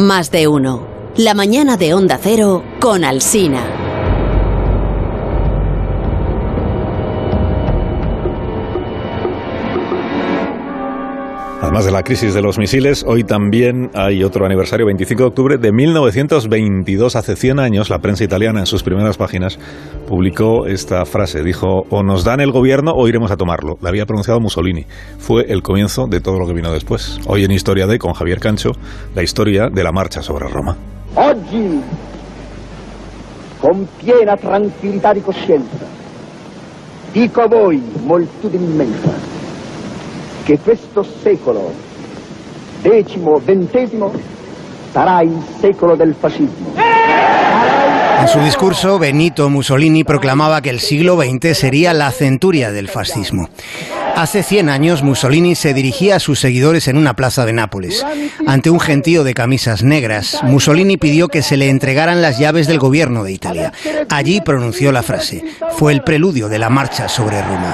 Más de uno. La mañana de Onda Cero con Alsina. Además de la crisis de los misiles, hoy también hay otro aniversario, 25 de octubre de 1922. Hace 100 años, la prensa italiana en sus primeras páginas publicó esta frase. Dijo, o nos dan el gobierno o iremos a tomarlo. La había pronunciado Mussolini. Fue el comienzo de todo lo que vino después. Hoy en Historia de, con Javier Cancho, la historia de la marcha sobre Roma. Oggi, con piena tranquillità di coscienza, dico a voi, moltitudine immensa, che questo secolo, XX, sarà il secolo del fascismo. En su discurso, Benito Mussolini proclamaba que el siglo XX sería la centuria del fascismo. Hace 100 años, Mussolini se dirigía a sus seguidores en una plaza de Nápoles. Ante un gentío de camisas negras, Mussolini pidió que se le entregaran las llaves del gobierno de Italia. Allí pronunció la frase. Fue el preludio de la marcha sobre Roma.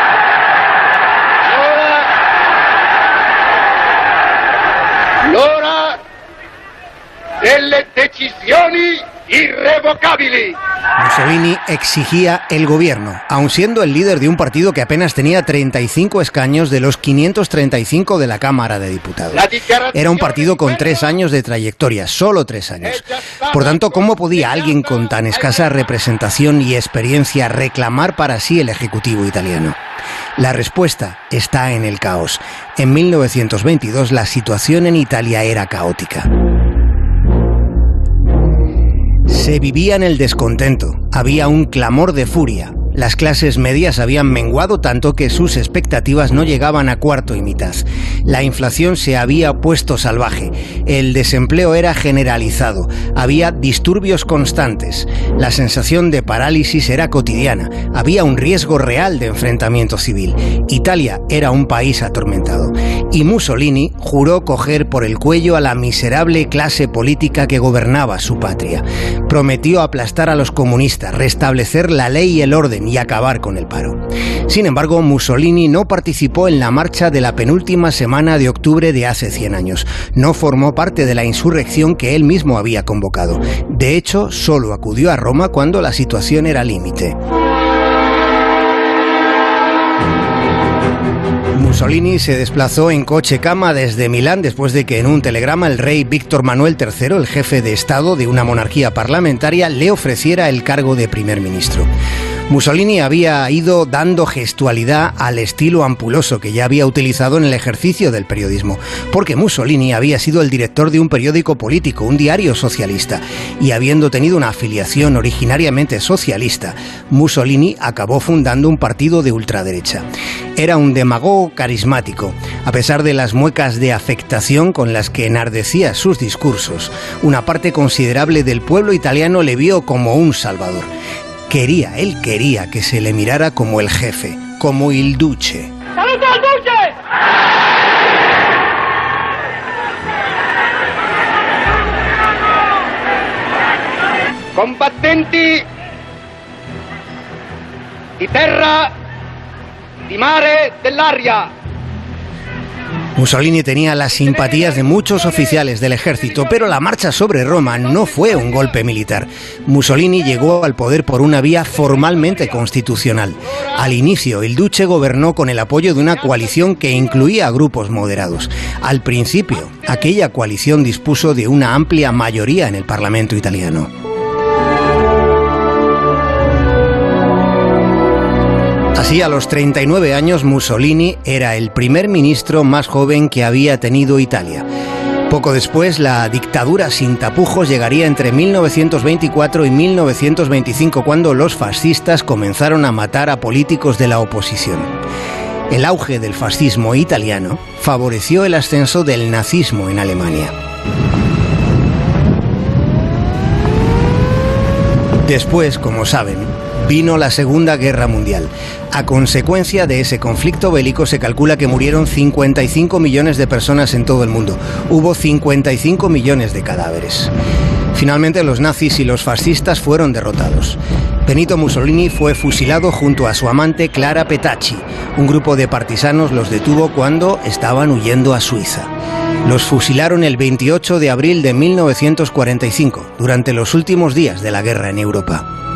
L'ora delle decisioni irrevocabili. Mussolini exigía el gobierno, aun siendo el líder de un partido que apenas tenía 35 escaños de los 535 de la Cámara de Diputados. Era un partido con 3 años de trayectoria, solo 3 años. Por tanto, ¿cómo podía alguien con tan escasa representación y experiencia reclamar para sí el Ejecutivo italiano? La respuesta está en el caos. En 1922 la situación en Italia era caótica. Se vivía en el descontento, había un clamor de furia. Las clases medias habían menguado tanto que sus expectativas no llegaban a cuarto y mitad. La inflación se había puesto salvaje, el desempleo era generalizado, había disturbios constantes, la sensación de parálisis era cotidiana, había un riesgo real de enfrentamiento civil. Italia era un país atormentado. Y Mussolini juró coger por el cuello a la miserable clase política que gobernaba su patria. Prometió aplastar a los comunistas, restablecer la ley y el orden y acabar con el paro. Sin embargo, Mussolini no participó en la marcha de la penúltima semana de octubre de hace 100 años. No formó parte de la insurrección que él mismo había convocado. De hecho, solo acudió a Roma cuando la situación era límite. Mussolini se desplazó en coche-cama desde Milán después de que en un telegrama el rey Víctor Manuel III, el jefe de Estado de una monarquía parlamentaria, le ofreciera el cargo de primer ministro. Mussolini había ido dando gestualidad al estilo ampuloso que ya había utilizado en el ejercicio del periodismo, porque Mussolini había sido el director de un periódico político, un diario socialista, y habiendo tenido una afiliación originariamente socialista, Mussolini acabó fundando un partido de ultraderecha. Era un demagogo carismático, a pesar de las muecas de afectación con las que enardecía sus discursos. Una parte considerable del pueblo italiano le vio como un salvador. Él quería que se le mirara como el jefe, como il duce. ¡Saluto al duce! Combattenti di terra, di mare, dell'aria. Mussolini tenía las simpatías de muchos oficiales del ejército, pero la marcha sobre Roma no fue un golpe militar. Mussolini llegó al poder por una vía formalmente constitucional. Al inicio, el duce gobernó con el apoyo de una coalición que incluía a grupos moderados. Al principio, aquella coalición dispuso de una amplia mayoría en el Parlamento italiano. Así, a los 39 años, Mussolini era el primer ministro más joven que había tenido Italia. Poco después, la dictadura sin tapujos llegaría entre 1924 y 1925, cuando los fascistas comenzaron a matar a políticos de la oposición. El auge del fascismo italiano favoreció el ascenso del nazismo en Alemania. Después, como saben, vino la Segunda Guerra Mundial. A consecuencia de ese conflicto bélico se calcula que murieron 55 millones de personas en todo el mundo. Hubo 55 millones de cadáveres. Finalmente los nazis y los fascistas fueron derrotados. Benito Mussolini fue fusilado junto a su amante Clara Petacci. Un grupo de partisanos los detuvo cuando estaban huyendo a Suiza. Los fusilaron el 28 de abril de 1945, durante los últimos días de la guerra en Europa.